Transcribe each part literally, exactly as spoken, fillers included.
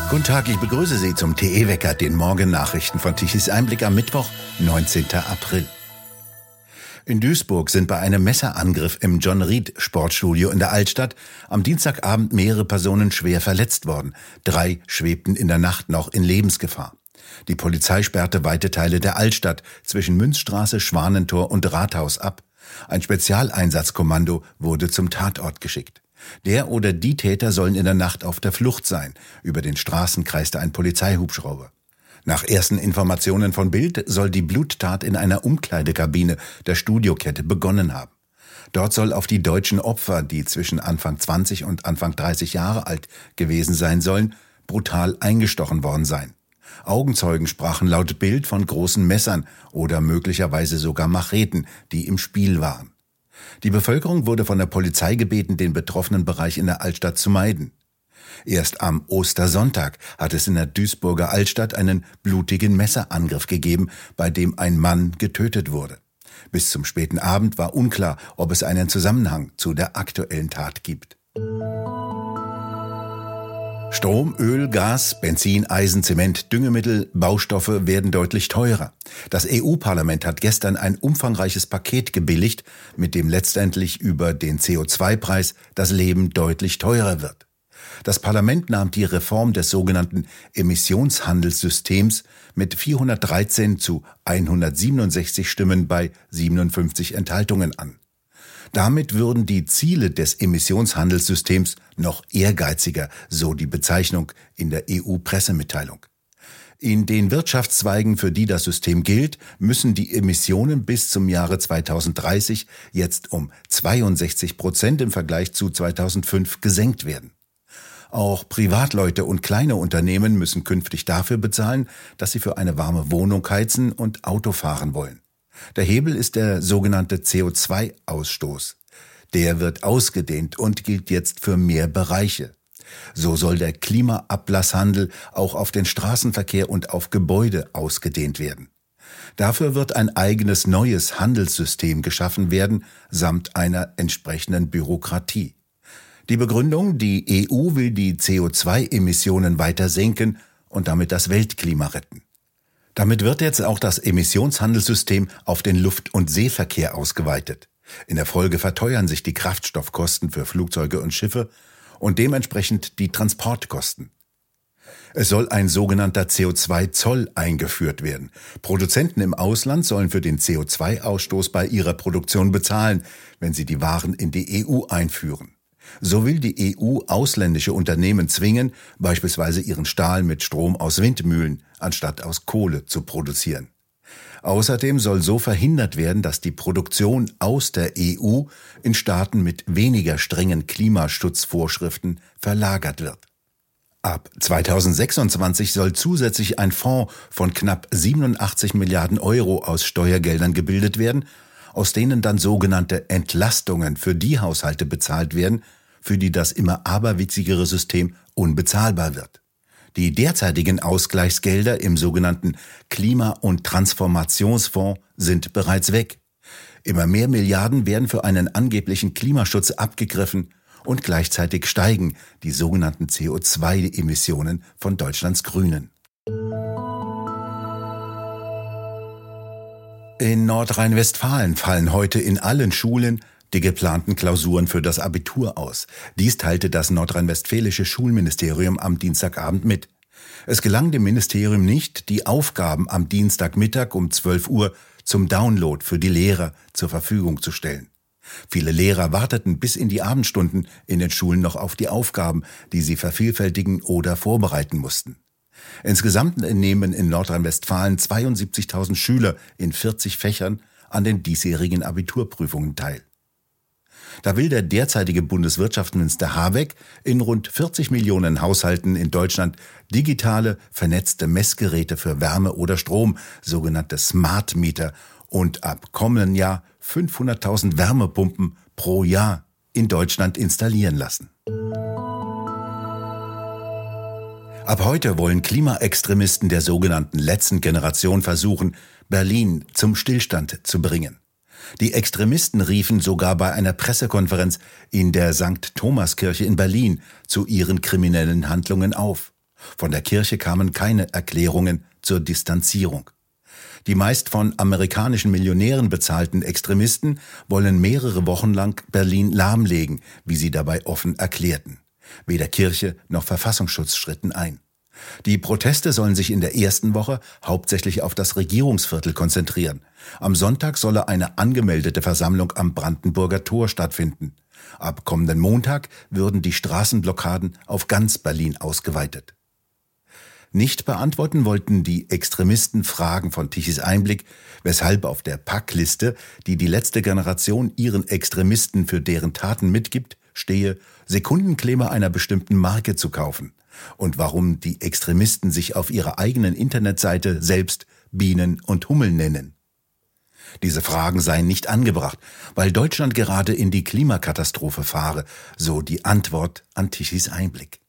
Guten Tag, ich begrüße Sie zum T E-Wecker, den Morgennachrichten von Tichys Einblick am Mittwoch, neunzehnten April. In Duisburg sind bei einem Messerangriff im John Reed Sportstudio in der Altstadt am Dienstagabend mehrere Personen schwer verletzt worden. Drei schwebten in der Nacht noch in Lebensgefahr. Die Polizei sperrte weite Teile der Altstadt zwischen Münzstraße, Schwanentor und Rathaus ab. Ein Spezialeinsatzkommando wurde zum Tatort geschickt. Der oder die Täter sollen in der Nacht auf der Flucht sein. Über den Straßen kreiste ein Polizeihubschrauber. Nach ersten Informationen von Bild soll die Bluttat in einer Umkleidekabine der Studiokette begonnen haben. Dort soll auf die deutschen Opfer, die zwischen Anfang zwanzig und Anfang dreißig Jahre alt gewesen sein sollen, brutal eingestochen worden sein. Augenzeugen sprachen laut Bild von großen Messern oder möglicherweise sogar Macheten, die im Spiel waren. Die Bevölkerung wurde von der Polizei gebeten, den betroffenen Bereich in der Altstadt zu meiden. Erst am Ostersonntag hat es in der Duisburger Altstadt einen blutigen Messerangriff gegeben, bei dem ein Mann getötet wurde. Bis zum späten Abend war unklar, ob es einen Zusammenhang zu der aktuellen Tat gibt. Strom, Öl, Gas, Benzin, Eisen, Zement, Düngemittel, Baustoffe werden deutlich teurer. Das E U-Parlament hat gestern ein umfangreiches Paket gebilligt, mit dem letztendlich über den C O zwei Preis das Leben deutlich teurer wird. Das Parlament nahm die Reform des sogenannten Emissionshandelssystems mit vierhundertdreizehn zu hundertsiebenundsechzig Stimmen bei siebenundfünfzig Enthaltungen an. Damit würden die Ziele des Emissionshandelssystems noch ehrgeiziger, so die Bezeichnung in der E U-Pressemitteilung. In den Wirtschaftszweigen, für die das System gilt, müssen die Emissionen bis zum Jahre zweitausenddreißig jetzt um zweiundsechzig Prozent im Vergleich zu zweitausendfünf gesenkt werden. Auch Privatleute und kleine Unternehmen müssen künftig dafür bezahlen, dass sie für eine warme Wohnung heizen und Auto fahren wollen. Der Hebel ist der sogenannte C O zwei Ausstoß. Der wird ausgedehnt und gilt jetzt für mehr Bereiche. So soll der Klimaablasshandel auch auf den Straßenverkehr und auf Gebäude ausgedehnt werden. Dafür wird ein eigenes neues Handelssystem geschaffen werden, samt einer entsprechenden Bürokratie. Die Begründung, die E U will die C O zwei Emissionen weiter senken und damit das Weltklima retten. Damit wird jetzt auch das Emissionshandelssystem auf den Luft- und Seeverkehr ausgeweitet. In der Folge verteuern sich die Kraftstoffkosten für Flugzeuge und Schiffe und dementsprechend die Transportkosten. Es soll ein sogenannter C O zwei Zoll eingeführt werden. Produzenten im Ausland sollen für den C O zwei Ausstoß bei ihrer Produktion bezahlen, wenn sie die Waren in die E U einführen. So will die E U ausländische Unternehmen zwingen, beispielsweise ihren Stahl mit Strom aus Windmühlen anstatt aus Kohle zu produzieren. Außerdem soll so verhindert werden, dass die Produktion aus der E U in Staaten mit weniger strengen Klimaschutzvorschriften verlagert wird. Ab zweitausendsechsundzwanzig soll zusätzlich ein Fonds von knapp siebenundachtzig Milliarden Euro aus Steuergeldern gebildet werden, aus denen dann sogenannte Entlastungen für die Haushalte bezahlt werden, für die das immer aberwitzigere System unbezahlbar wird. Die derzeitigen Ausgleichsgelder im sogenannten Klima- und Transformationsfonds sind bereits weg. Immer mehr Milliarden werden für einen angeblichen Klimaschutz abgegriffen und gleichzeitig steigen die sogenannten C O zwei Emissionen von Deutschlands Grünen. In Nordrhein-Westfalen fallen heute in allen Schulen die geplanten Klausuren für das Abitur aus. Dies teilte das nordrhein-westfälische Schulministerium am Dienstagabend mit. Es gelang dem Ministerium nicht, die Aufgaben am Dienstagmittag um zwölf Uhr zum Download für die Lehrer zur Verfügung zu stellen. Viele Lehrer warteten bis in die Abendstunden in den Schulen noch auf die Aufgaben, die sie vervielfältigen oder vorbereiten mussten. Insgesamt nehmen in Nordrhein-Westfalen zweiundsiebzigtausend Schüler in vierzig Fächern an den diesjährigen Abiturprüfungen teil. Da will der derzeitige Bundeswirtschaftsminister Habeck in rund vierzig Millionen Haushalten in Deutschland digitale, vernetzte Messgeräte für Wärme oder Strom, sogenannte Smart Meter, und ab kommenden Jahr fünfhunderttausend Wärmepumpen pro Jahr in Deutschland installieren lassen. Ab heute wollen Klimaextremisten der sogenannten letzten Generation versuchen, Berlin zum Stillstand zu bringen. Die Extremisten riefen sogar bei einer Pressekonferenz in der Sankt Thomaskirche in Berlin zu ihren kriminellen Handlungen auf. Von der Kirche kamen keine Erklärungen zur Distanzierung. Die meist von amerikanischen Millionären bezahlten Extremisten wollen mehrere Wochen lang Berlin lahmlegen, wie sie dabei offen erklärten. Weder Kirche noch Verfassungsschutz schritten ein. Die Proteste sollen sich in der ersten Woche hauptsächlich auf das Regierungsviertel konzentrieren. Am Sonntag solle eine angemeldete Versammlung am Brandenburger Tor stattfinden. Ab kommenden Montag würden die Straßenblockaden auf ganz Berlin ausgeweitet. Nicht beantworten wollten die Extremisten Fragen von Tichys Einblick, weshalb auf der Packliste, die die letzte Generation ihren Extremisten für deren Taten mitgibt, stehe, Sekundenkleber einer bestimmten Marke zu kaufen. Und warum die Extremisten sich auf ihrer eigenen Internetseite selbst Bienen und Hummeln nennen. Diese Fragen seien nicht angebracht, weil Deutschland gerade in die Klimakatastrophe fahre, so die Antwort an Tichys Einblick.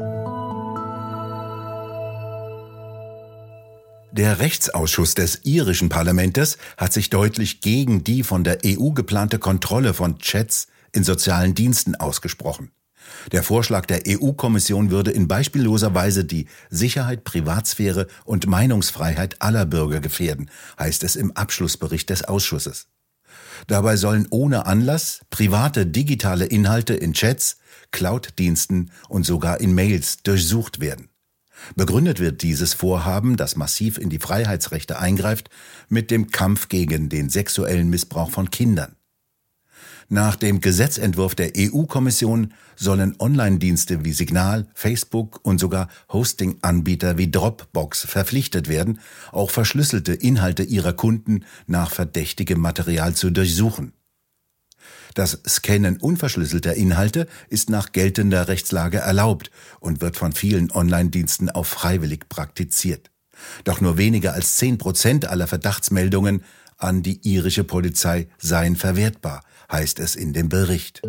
Der Rechtsausschuss des irischen Parlamentes hat sich deutlich gegen die von der E U geplante Kontrolle von Chats in sozialen Diensten ausgesprochen. Der Vorschlag der E U-Kommission würde in beispielloser Weise die Sicherheit, Privatsphäre und Meinungsfreiheit aller Bürger gefährden, heißt es im Abschlussbericht des Ausschusses. Dabei sollen ohne Anlass private digitale Inhalte in Chats, Cloud-Diensten und sogar in Mails durchsucht werden. Begründet wird dieses Vorhaben, das massiv in die Freiheitsrechte eingreift, mit dem Kampf gegen den sexuellen Missbrauch von Kindern. Nach dem Gesetzentwurf der E U-Kommission sollen Online-Dienste wie Signal, Facebook und sogar Hosting-Anbieter wie Dropbox verpflichtet werden, auch verschlüsselte Inhalte ihrer Kunden nach verdächtigem Material zu durchsuchen. Das Scannen unverschlüsselter Inhalte ist nach geltender Rechtslage erlaubt und wird von vielen Online-Diensten auch freiwillig praktiziert. Doch nur weniger als zehn Prozent aller Verdachtsmeldungen an die irische Polizei seien verwertbar, heißt es in dem Bericht.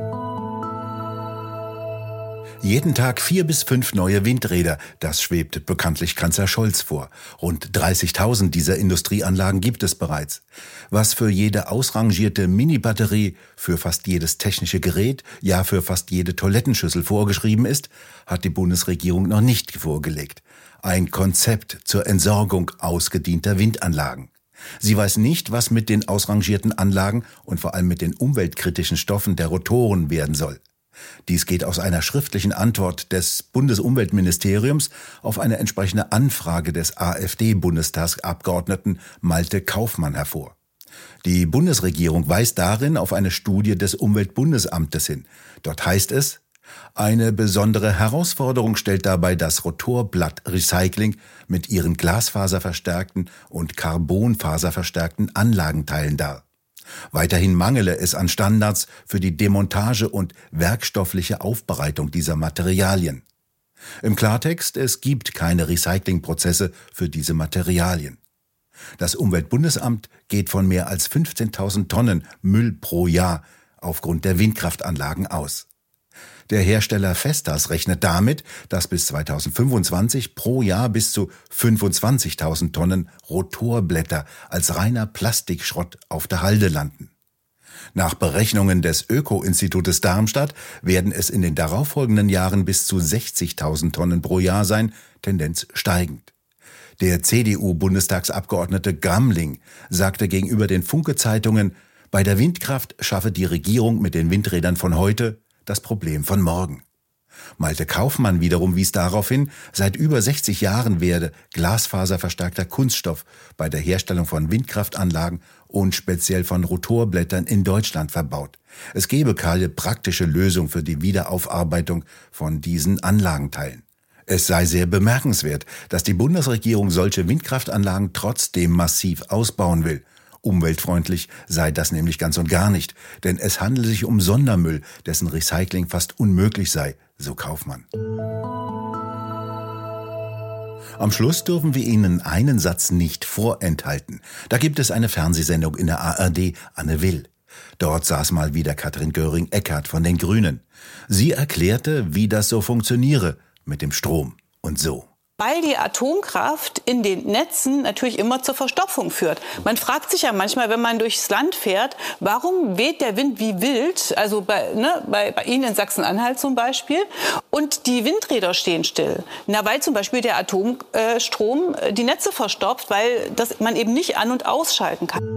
Jeden Tag vier bis fünf neue Windräder, das schwebt bekanntlich Kanzler Scholz vor. Rund dreißigtausend dieser Industrieanlagen gibt es bereits. Was für jede ausrangierte Mini-Batterie, für fast jedes technische Gerät, ja für fast jede Toilettenschüssel vorgeschrieben ist, hat die Bundesregierung noch nicht vorgelegt. Ein Konzept zur Entsorgung ausgedienter Windanlagen. Sie weiß nicht, was mit den ausrangierten Anlagen und vor allem mit den umweltkritischen Stoffen der Rotoren werden soll. Dies geht aus einer schriftlichen Antwort des Bundesumweltministeriums auf eine entsprechende Anfrage des AfD-Bundestagsabgeordneten Malte Kaufmann hervor. Die Bundesregierung weist darin auf eine Studie des Umweltbundesamtes hin. Dort heißt es: Eine besondere Herausforderung stellt dabei das Rotorblatt-Recycling mit ihren glasfaserverstärkten und carbonfaserverstärkten Anlagenteilen dar. Weiterhin mangele es an Standards für die Demontage und werkstoffliche Aufbereitung dieser Materialien. Im Klartext, es gibt keine Recyclingprozesse für diese Materialien. Das Umweltbundesamt geht von mehr als fünfzehntausend Tonnen Müll pro Jahr aufgrund der Windkraftanlagen aus. Der Hersteller Vestas rechnet damit, dass bis zweitausendfünfundzwanzig pro Jahr bis zu fünfundzwanzigtausend Tonnen Rotorblätter als reiner Plastikschrott auf der Halde landen. Nach Berechnungen des Öko-Institutes Darmstadt werden es in den darauffolgenden Jahren bis zu sechzigtausend Tonnen pro Jahr sein, Tendenz steigend. Der C D U-Bundestagsabgeordnete Gramling sagte gegenüber den Funke-Zeitungen, bei der Windkraft schaffe die Regierung mit den Windrädern von heute das Problem von morgen. Malte Kaufmann wiederum wies darauf hin, seit über sechzig Jahren werde glasfaserverstärkter Kunststoff bei der Herstellung von Windkraftanlagen und speziell von Rotorblättern in Deutschland verbaut. Es gebe keine praktische Lösung für die Wiederaufarbeitung von diesen Anlagenteilen. Es sei sehr bemerkenswert, dass die Bundesregierung solche Windkraftanlagen trotzdem massiv ausbauen will. Umweltfreundlich sei das nämlich ganz und gar nicht, denn es handele sich um Sondermüll, dessen Recycling fast unmöglich sei, so Kaufmann. Am Schluss dürfen wir Ihnen einen Satz nicht vorenthalten. Da gibt es eine Fernsehsendung in der A R D, Anne Will. Dort saß mal wieder Katrin Göring-Eckardt von den Grünen. Sie erklärte, wie das so funktioniere mit dem Strom und so. Weil die Atomkraft in den Netzen natürlich immer zur Verstopfung führt. Man fragt sich ja manchmal, wenn man durchs Land fährt, warum weht der Wind wie wild, also bei, ne, bei, bei Ihnen in Sachsen-Anhalt zum Beispiel, und die Windräder stehen still. Na, weil zum Beispiel der Atomstrom die Netze verstopft, weil das man eben nicht an- und ausschalten kann.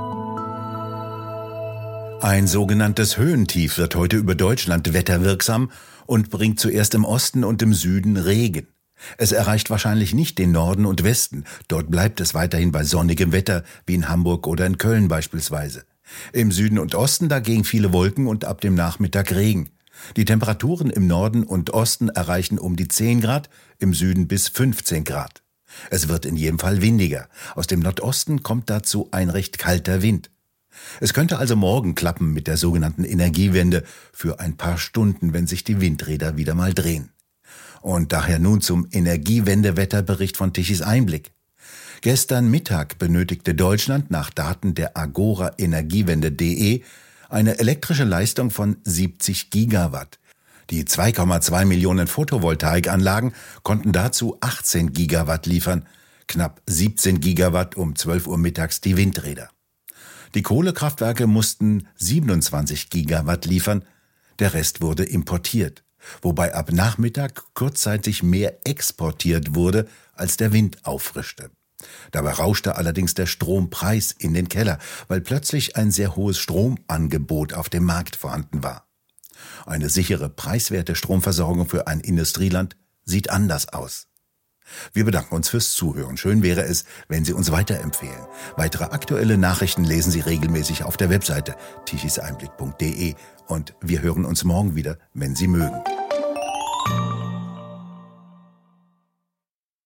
Ein sogenanntes Höhentief wird heute über Deutschland wetterwirksam und bringt zuerst im Osten und im Süden Regen. Es erreicht wahrscheinlich nicht den Norden und Westen. Dort bleibt es weiterhin bei sonnigem Wetter, wie in Hamburg oder in Köln beispielsweise. Im Süden und Osten dagegen viele Wolken und ab dem Nachmittag Regen. Die Temperaturen im Norden und Osten erreichen um die zehn Grad, im Süden bis fünfzehn Grad. Es wird in jedem Fall windiger. Aus dem Nordosten kommt dazu ein recht kalter Wind. Es könnte also morgen klappen mit der sogenannten Energiewende für ein paar Stunden, wenn sich die Windräder wieder mal drehen. Und daher nun zum Energiewendewetterbericht von Tichys Einblick. Gestern Mittag benötigte Deutschland nach Daten der Agora Energiewende punkt de eine elektrische Leistung von siebzig Gigawatt. Die zwei Komma zwei Millionen Photovoltaikanlagen konnten dazu achtzehn Gigawatt liefern, knapp siebzehn Gigawatt um zwölf Uhr mittags die Windräder. Die Kohlekraftwerke mussten siebenundzwanzig Gigawatt liefern, der Rest wurde importiert. Wobei ab Nachmittag kurzzeitig mehr exportiert wurde, als der Wind auffrischte. Dabei rauschte allerdings der Strompreis in den Keller, weil plötzlich ein sehr hohes Stromangebot auf dem Markt vorhanden war. Eine sichere, preiswerte Stromversorgung für ein Industrieland sieht anders aus. Wir bedanken uns fürs Zuhören. Schön wäre es, wenn Sie uns weiterempfehlen. Weitere aktuelle Nachrichten lesen Sie regelmäßig auf der Webseite tichiseinblick punkt de und wir hören uns morgen wieder, wenn Sie mögen.